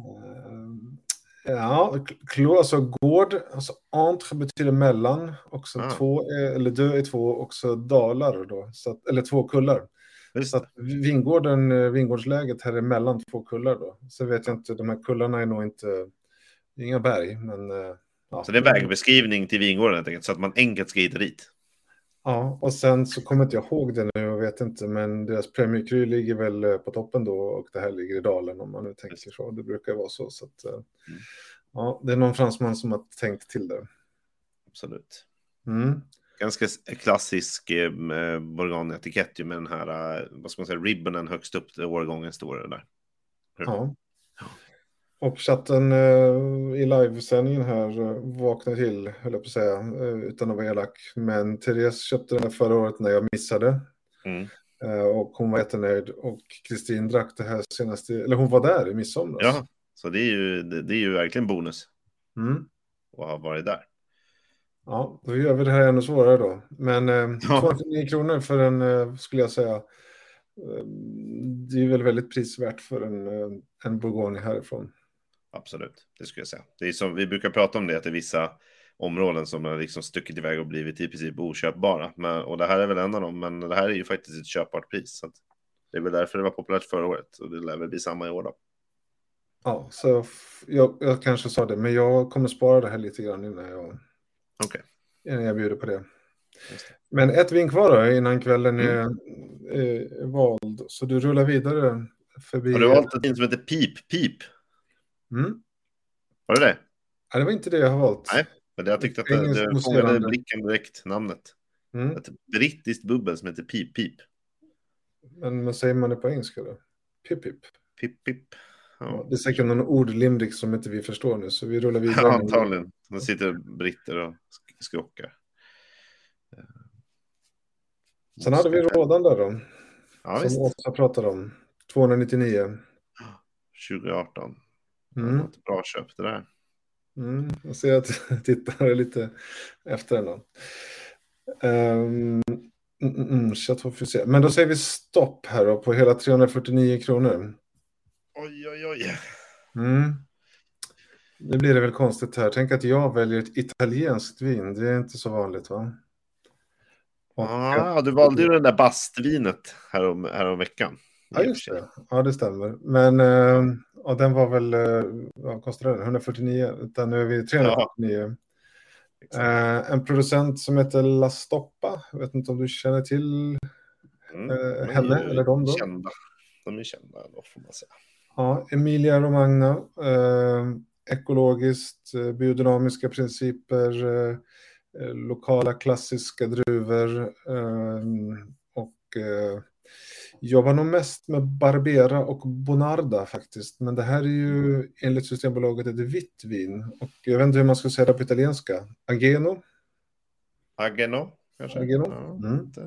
Ja, alltså gård, alltså entre betyder mellan, också eller deux är 2 också dalar då, så att, eller 2 kullar. Så att vingårdsläget här är mellan 2 kullar då. Så vet jag inte, de här kullarna är nog inte inga berg, men så det är vägbeskrivning till vingården helt enkelt, så att man enkelt ska hitta dit. Ja, och sen så kommer inte jag ihåg det nu, jag vet inte, men deras Premier Cru ligger väl på toppen då och det här ligger i dalen om man nu tänker så. Det brukar vara så att ja, det är någon fransman som har tänkt till det. Absolut. Ganska klassisk Bourgogne-etikett med den här, vad ska man säga, ribbonen högst upp där årgången står det där. Ja. Och chatten i livesändningen här vaknade till, höll jag på att säga, utan att vara elak. Men Therese köpte den här förra året när jag missade. Och hon var jättenöjd. Och Kristin drack det här senaste, eller hon var där i midsommar. Ja, så det är ju verkligen bonus. Och ha varit där. Ja, då gör vi det här ännu svårare då. Men 209 kronor för en, skulle jag säga, det är väl väldigt prisvärt för en Bourgogne härifrån. Absolut, det skulle jag säga. Det är som vi brukar prata om det, att det är vissa områden som har liksom stuckit iväg och blivit i princip oköpbara. Och det här är väl en av dem, men det här är ju faktiskt ett köpbart pris. Så att det är väl därför det var populärt förra året, och det lär väl bli samma i år då. Ja, så jag kanske sa det, men jag kommer spara det här lite grann innan jag bjuder på det. Men ett vin kvar då, innan kvällen är vald. Så du rullar vidare, förbi... Har du valt ett vin som heter Pip? Mm. Var det det? Ja, det var inte det jag har valt. Nej, men jag tyckte att Engelskt det mousserande. fångade blicken direkt, namnet. Ett brittiskt bubbel som heter Pip. Men vad säger man det på engelska då? Pip. Pip. Ja, det är säkert någon ordlimrik som inte vi förstår nu, så vi rullar vidare. Antagligen. Det sitter britter och skrockar. Sen hade vi rådan där då. Ja, som också pratade om. 299. 2018. Det var ett bra köp det där. Jag ser att jag tittar lite efter den då. Men då säger vi stopp här då på hela 349 kronor. Oj. Nu blir det väl konstigt här. Tänk att jag väljer ett italienskt vin. Det är inte så vanligt, va? Du valde ju den där bastvinet här om veckan. Ja, just det. Ja, det stämmer. Men den var väl, vad kostade den? 149, utan nu är vi 349. En producent som heter La Stoppa. Jag vet inte om du känner till henne eller dem då? De är kända då, får man säga. Ja, Emilia Romagna. Ekologiskt, biodynamiska principer, lokala klassiska druvor och jobbar nog mest med Barbera och Bonarda faktiskt. Men det här är ju enligt Systembolaget ett vitt vin. Och jag vet inte hur man ska säga det på italienska. Ageno? Kanske? Ageno.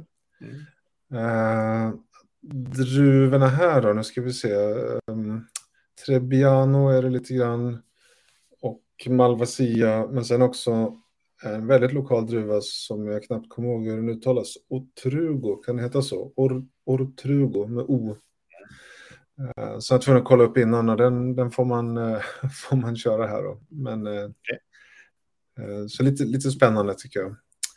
Druvorna här då, nu ska vi se. Trebbiano är det lite grann. Och Malvasia. Men sen också en väldigt lokal druva som jag knappt kommer ihåg hur den uttalas. Ortrugo, kan det heta så? Ortrugo med O. Så jag tror att kolla upp innan och den får man köra här då. Men så lite spännande tycker jag.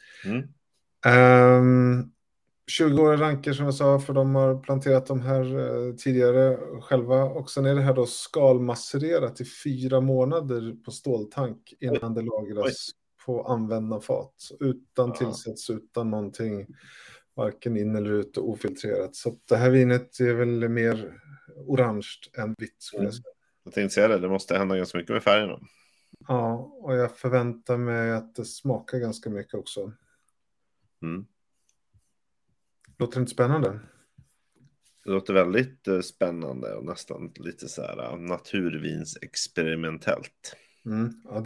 20-åriga ranker som jag sa, för de har planterat de här tidigare själva. Och sen är det här då skalmassererat i 4 månader på ståltank innan det lagras på använda fat. Utan tillsätts, utan någonting. Varken in eller ut och ofiltrerat. Så det här vinet är väl mer orange än vitt skulle jag säga. Jag tänkte säga det måste hända ganska mycket med färgerna. Ja, och jag förväntar mig att det smakar ganska mycket också. Låter det inte spännande? Det låter väldigt spännande och nästan lite så här naturvinsexperimentellt. Ja,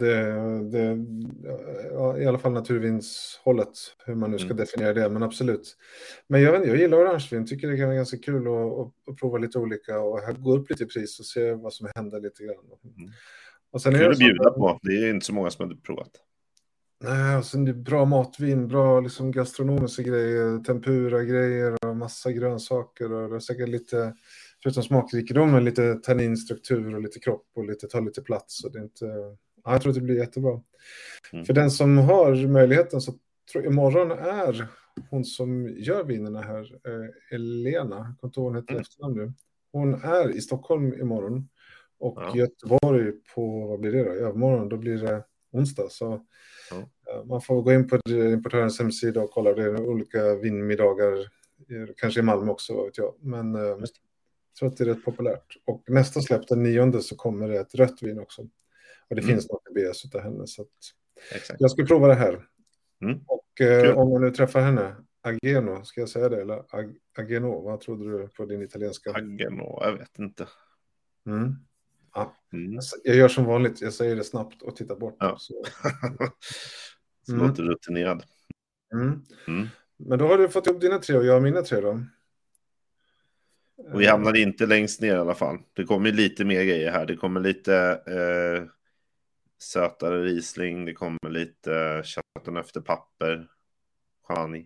i alla fall naturvinshållet, hur man nu ska definiera det, men absolut. Men jag gillar orangevin, tycker det kan vara ganska kul att prova lite olika och gå upp lite i pris och se vad som händer lite grann. Och sen kul att bjuda på, det är inte så många som har provat. Nej, och sen det är bra matvin, bra liksom gastronomiska grejer, tempura-grejer och massa grönsaker och det är säkert lite, förutom smakrikedomen, lite tanninstruktur och lite kropp och tar lite plats. Och det är inte, jag tror att det blir jättebra. För den som har möjligheten så tror jag imorgon är hon som gör vinerna här, Elena, kontoren heter efternamn nu. Hon är i Stockholm imorgon och Göteborg på, vad blir det då? Övermorgon, då blir det onsdag, så man får gå in på importörens hemsida och kolla. Det är olika vinmiddagar, kanske i Malmö också, vad vet jag. Men jag tror att det är rätt populärt. Och nästa släpp, den 9:e, så kommer det ett rött vin också. Och det finns något i BS utav henne. Så att jag ska prova det här. Och om jag nu träffar henne, Ageno, ska jag säga det? Eller Ageno, vad trodde du på din italienska? Ageno, jag vet inte. Ja. Jag gör som vanligt, jag säger det snabbt och tittar bort. Så låter rutinerad. Men då har du fått upp dina 3 och jag mina 3 då. Och vi hamnade inte längst ner i alla fall. Det kommer lite mer grejer här. Det kommer lite sötare Riesling. Det kommer lite chatten efter papper. Chani.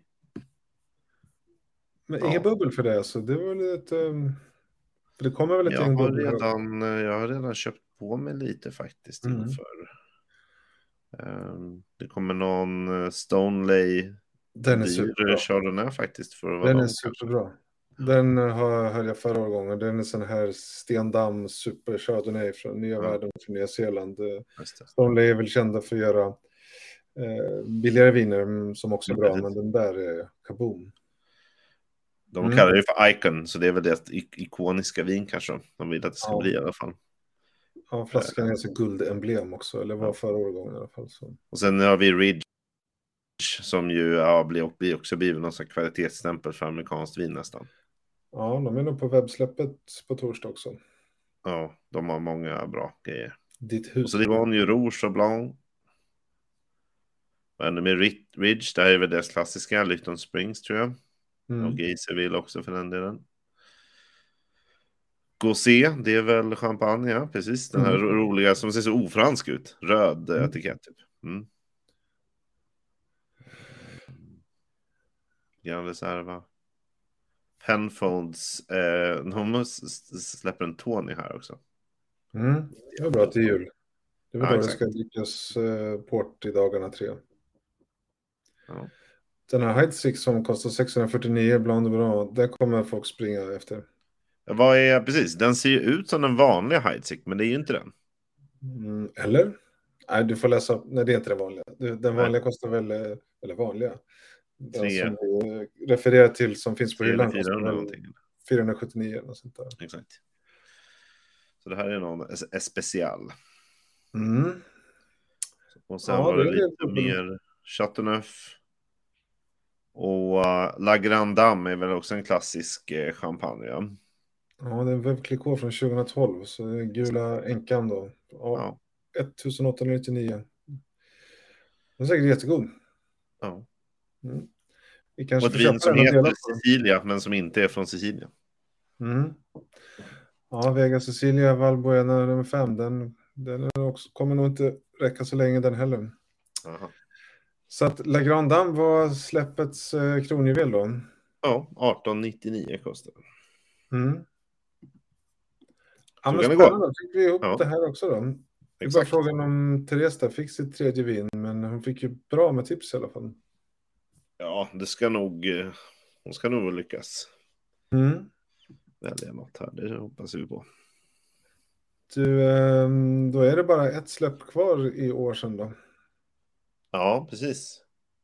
Men ingen bubbel för det alltså. Det var lite... För det kommer väl jag har redan köpt på mig lite faktiskt inför. Det kommer någon Stoneleigh. Den är superbra. Chardonnay faktiskt. För att vara den är superbra. Den höll jag förra året. Den är sån här Stendamm super Chardonnay från Nya Världen, från Nya Zeeland. Stoneleigh är väl kända för att göra billigare viner som också är bra, men den där är kaboom. De kallar det för Icon, så det är väl det ikoniska vin kanske. De vill att det ska bli i alla fall. Ja, flaskan är alltså guldemblem också, eller var förra årgången i alla fall. Så. Och sen har vi Ridge som ju blir också blivit någon sån kvalitetsstämpel för amerikanskt vin nästan. Ja, de är nog på webbsläppet på torsdag också. Ja, de har många bra grejer. Ditt hus. Och så det var ju Rouge och Blanc. Och ännu med Ridge, där är väl deras klassiska Lytton Springs tror jag. Och Geyserville också för den delen. Gosé, det är väl champagne, ja, precis. Den här roliga som ser så ofransk ut. Röd etikett typ. Gran Reserva. Penfolds, de släpper en Tony här också. Det var bra till jul. Det var då det ska drickas port i dagarna 3. Ja. Den här Heidsieck som kostar 649 Blanc de Blanc, den kommer folk springa efter. Vad är, precis, den ser ju ut som den vanliga Heidsieck, men det är ju inte den. Eller? Nej, du får läsa. Nej, det är inte den vanliga. Den vanliga kostar väl, eller vanliga. Den som vi refererar till som finns på hyllan kostar 479 eller sånt där. Exakt. Så det här är någon special. Och sen var det lite mer Chateauneuf. Och La Grande Dame är väl också en klassisk champagne. Ja, det är en Veuve Clicquot från 2012. Så det är gula änkan då. Ja. 1899. Den är säkert jättegod. Ja. Vi kanske och ett vin som heter Sicilia, men som inte är från Sicilien. Ja, Vega Sicilia Valbuena nummer 5. Den är också, kommer nog inte räcka så länge den heller. Aha. Så att La Grande Dame var släppets kronjuvel då? Ja, 1899 kostar den. Ja, men spännande. Då fick vi ihop det här också då. Det var frågan om Therese där fick sitt tredje vin, men hon fick ju bra med tips i alla fall. Ja, hon ska nog lyckas. Välja något här, det hoppas vi på. Du, då är det bara ett släpp kvar i år sedan då. Ja, precis.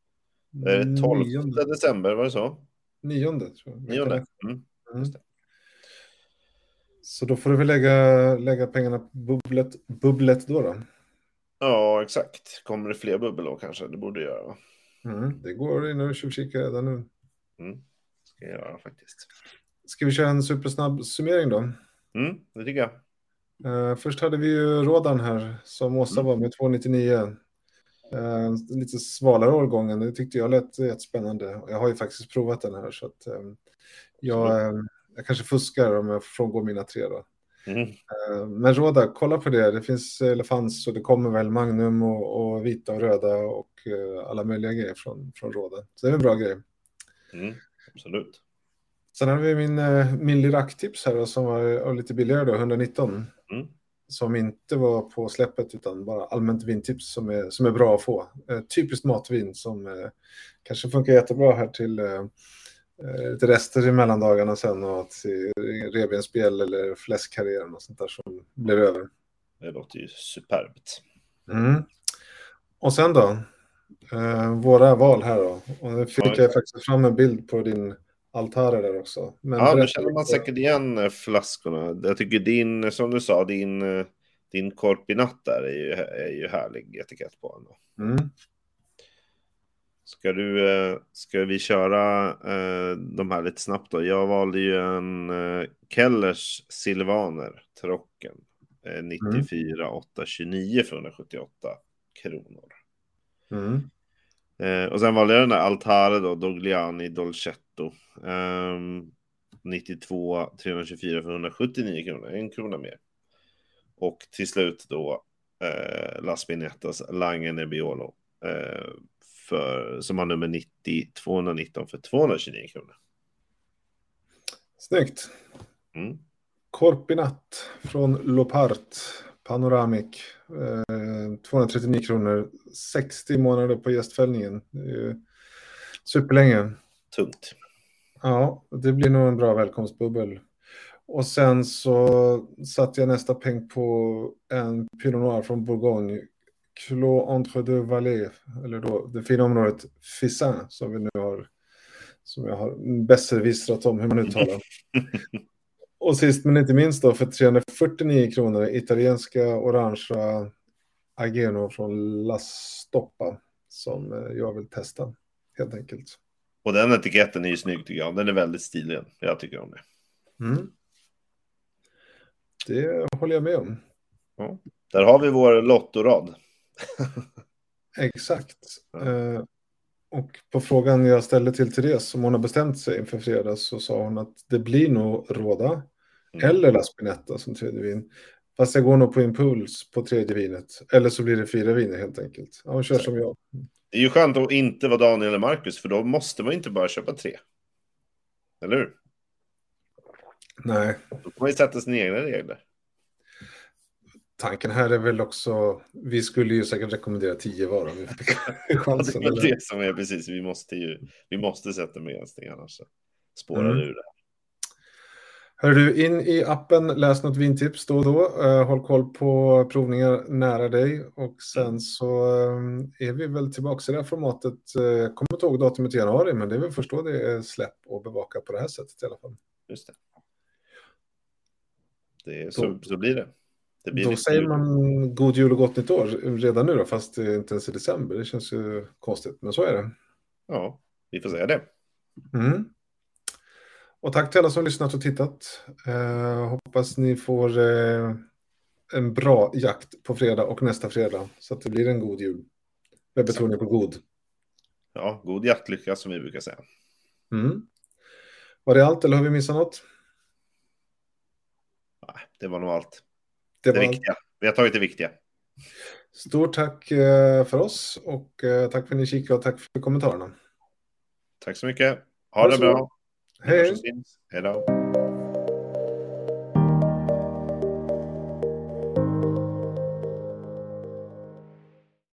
12 december, var det så? 9 tror jag. 9. Just det. Så då får du väl lägga pengarna på bubblet då? Ja, exakt. Kommer det fler bubbel då kanske? Det borde göra, va? Det går in och tjuvkika redan nu. Ska jag göra faktiskt. Ska vi köra en supersnabb summering då? Det tycker jag. Först hade vi ju Rådan här som Åsa var med 299. Lite svalare årgången. Det tyckte jag lät jättespännande. Jag har ju faktiskt provat den här så att jag kanske fuskar om jag frångår mina 3 då. Men Råda, kolla på det. Det finns elefants och det kommer väl Magnum och vita och röda och alla möjliga grejer från Råda. Så det är en bra grej. Absolut. Sen har vi min Lirac-tips här då, som var lite billigare då, 119. Som inte var på släppet utan bara allmänt vintips som är bra att få. Typiskt matvin som kanske funkar jättebra här till rester i mellandagarna sen och till revbensspjäll eller fläskkarriären och sånt där som blir över. Det låter ju superbt. Och sen då, våra val här då. Och nu fick jag faktiskt fram en bild på din altare där också. Men då känner man säkert igen flaskorna. Jag tycker din, som du sa, din Corpinat där är ju härlig etikett på den. Ska vi köra de här lite snabbt då? Jag valde ju en Kellers Silvaner Trocken 94 829 för 178 kronor. Och sen valde jag den där Altare då, Dogliani Dolcetto 92 324 för 179 kronor, 1 krona mer. Och till slut då Las Pinettas Lange Nebbiolo som har nummer 90 219 för 229 kronor. Snyggt. Corpinat från Lopart Panoramic 239 kronor, 60 månader på gästfällningen. Superlänge. Tungt. Ja, det blir nog en bra välkomstbubbel. Och sen så satte jag nästa peng på en Pinot Noir från Bourgogne. Clos entre deux vallées, eller då det fina området Fissin som vi nu har som jag har besserwissrat om hur man uttalar. Och sist men inte minst då för 349 kronor italienska orangea Ageno från La Stoppa som jag vill testa helt enkelt. Och den etiketten är ju snygg tycker jag. Den är väldigt stilig. Jag tycker om det. Det håller jag med om. Ja. Där har vi vår lottorad. Exakt. Och på frågan jag ställde till Therese om hon har bestämt sig inför fredag så sa hon att det blir nog Råda eller La Spinetta som tredje vin. Fast jag går nog på impuls på tredje vinet. Eller så blir det 4 viner helt enkelt. Ja, hon kör som jag. Det är ju skönt att inte vara Daniel eller Marcus för då måste man inte bara köpa 3. Eller hur? Nej. Då får man ju sätta sina egna regler. Tanken här är väl också, vi skulle ju säkert rekommendera 10 var om vi fick chansen. Det är det som är precis, vi måste sätta begränsning annars spårar ur det. Hör du, in i appen, läs något vintips då och då, håll koll på provningar nära dig och sen så är vi väl tillbaka i det här formatet, kommer inte ihåg datumet i januari men det är väl först då det är släpp och bevaka på det här sättet i alla fall. Just det. Så blir det. Då säger man god jul och gott nytt år redan nu då, fast det inte ens i december. Det känns ju konstigt, men så är det. Ja, vi får säga det. Och tack till alla som lyssnat och tittat. Hoppas ni får en bra jakt på fredag och nästa fredag, så att det blir en god jul. Med betoning på god. Ja, god jaktlycka som vi brukar säga. Var det allt eller har vi missat något? Nej, det var nog allt. Det var viktiga. Vi har tagit det viktiga. Stort tack för oss och tack för att ni kikade och tack för kommentarerna. Tack så mycket. Ha det bra. Hej. Hej då.